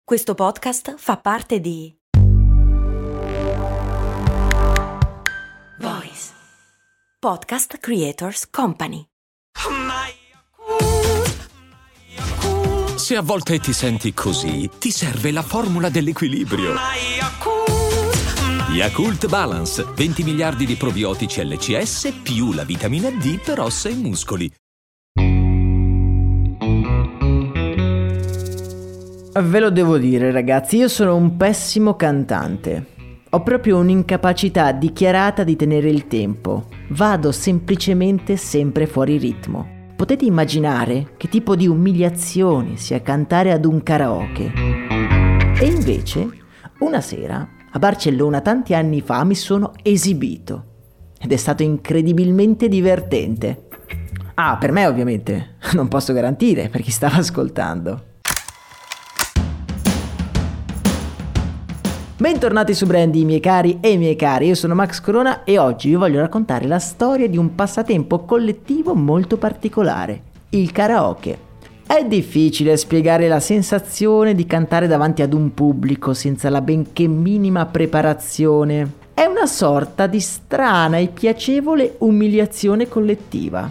Questo podcast fa parte di Voice Podcast Creators Company. Se a volte ti senti così, ti serve la formula dell'equilibrio. Yakult Balance, 20 miliardi di probiotici LCS più la vitamina D per ossa e muscoli. Ve lo devo dire, ragazzi, io sono un pessimo cantante. Ho proprio un'incapacità dichiarata di tenere il tempo. Vado semplicemente sempre fuori ritmo. Potete immaginare che tipo di umiliazione sia cantare ad un karaoke? E invece, una sera, a Barcellona tanti anni fa, mi sono esibito. Ed è stato incredibilmente divertente. Ah, per me ovviamente, non posso garantire per chi stava ascoltando. Bentornati su Brandy, miei cari e miei cari, io sono Max Corona e oggi vi voglio raccontare la storia di un passatempo collettivo molto particolare, il karaoke. È difficile spiegare la sensazione di cantare davanti ad un pubblico senza la benché minima preparazione. È una sorta di strana e piacevole umiliazione collettiva.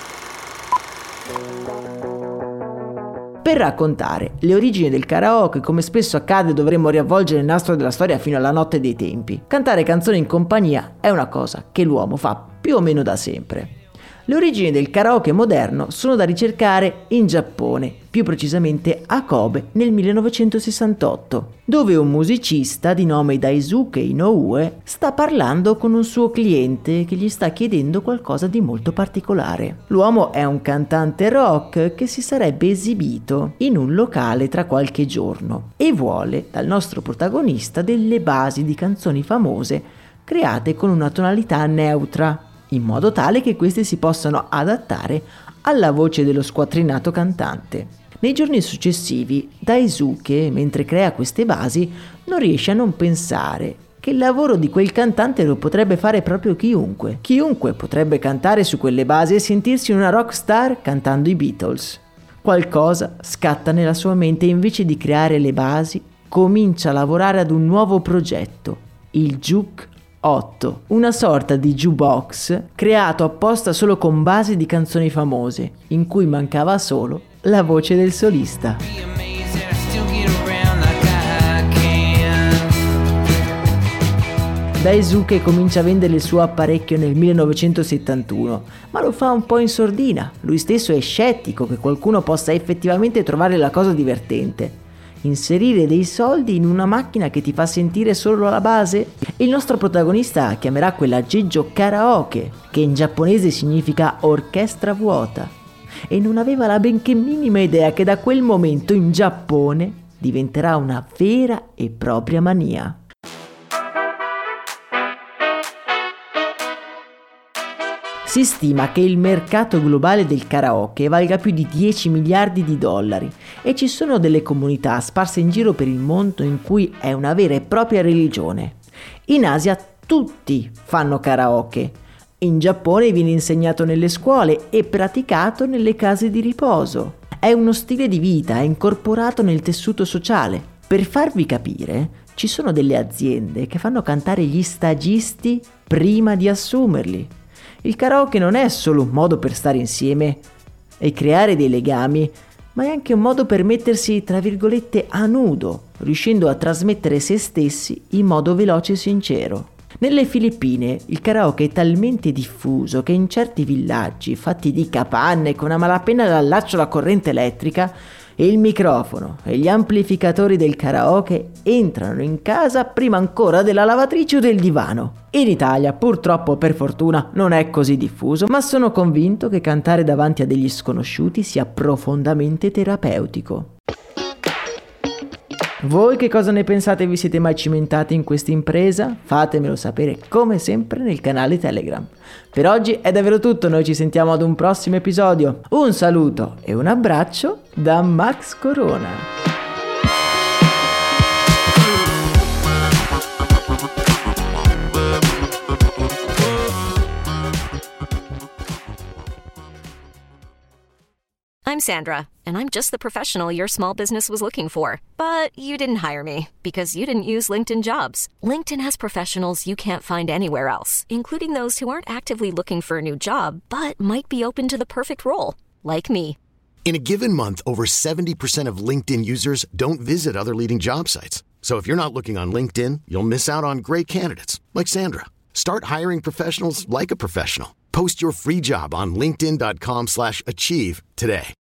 Per raccontare le origini del karaoke, come spesso accade, dovremmo riavvolgere il nastro della storia fino alla notte dei tempi. Cantare canzoni in compagnia è una cosa che l'uomo fa più o meno da sempre. Le origini del karaoke moderno sono da ricercare in Giappone, più precisamente a Kobe nel 1968, dove un musicista di nome Daisuke Inoue sta parlando con un suo cliente che gli sta chiedendo qualcosa di molto particolare. L'uomo è un cantante rock che si sarebbe esibito in un locale tra qualche giorno e vuole dal nostro protagonista delle basi di canzoni famose create con una tonalità neutra, in modo tale che queste si possano adattare alla voce dello squattrinato cantante. Nei giorni successivi, Daisuke, mentre crea queste basi, non riesce a non pensare che il lavoro di quel cantante lo potrebbe fare proprio chiunque. Chiunque potrebbe cantare su quelle basi e sentirsi una rockstar cantando i Beatles. Qualcosa scatta nella sua mente e invece di creare le basi, comincia a lavorare ad un nuovo progetto, il Juke 8, una sorta di jukebox creato apposta solo con basi di canzoni famose, in cui mancava solo la voce del solista. Daisuke comincia a vendere il suo apparecchio nel 1971, ma lo fa un po' in sordina. Lui stesso è scettico che qualcuno possa effettivamente trovare la cosa divertente. Inserire dei soldi in una macchina che ti fa sentire solo la base? Il nostro protagonista chiamerà quella aggeggio karaoke, che in giapponese significa orchestra vuota, e non aveva la benché minima idea che da quel momento in Giappone diventerà una vera e propria mania. Si stima che il mercato globale del karaoke valga più di 10 miliardi di dollari e ci sono delle comunità sparse in giro per il mondo in cui è una vera e propria religione. In Asia tutti fanno karaoke. In Giappone viene insegnato nelle scuole e praticato nelle case di riposo. È uno stile di vita, è incorporato nel tessuto sociale. Per farvi capire, ci sono delle aziende che fanno cantare gli stagisti prima di assumerli. Il karaoke non è solo un modo per stare insieme e creare dei legami, ma è anche un modo per mettersi, tra virgolette, a nudo, riuscendo a trasmettere se stessi in modo veloce e sincero. Nelle Filippine il karaoke è talmente diffuso che in certi villaggi, fatti di capanne con a malapena l'allaccio alla corrente elettrica, il microfono e gli amplificatori del karaoke entrano in casa prima ancora della lavatrice o del divano. In Italia, purtroppo per fortuna, non è così diffuso, ma sono convinto che cantare davanti a degli sconosciuti sia profondamente terapeutico. Voi che cosa ne pensate? Vi siete mai cimentati in questa impresa? Fatemelo sapere come sempre nel canale Telegram. Per oggi è davvero tutto, noi ci sentiamo ad un prossimo episodio. Un saluto e un abbraccio da Max Corona. I'm Sandra, and I'm just the professional your small business was looking for. But you didn't hire me because you didn't use LinkedIn Jobs. LinkedIn has professionals you can't find anywhere else, including those who aren't actively looking for a new job, but might be open to the perfect role, like me. In a given month, over 70% of LinkedIn users don't visit other leading job sites. So if you're not looking on LinkedIn, you'll miss out on great candidates like Sandra. Start hiring professionals like a professional. Post your free job on linkedin.com/achieve today.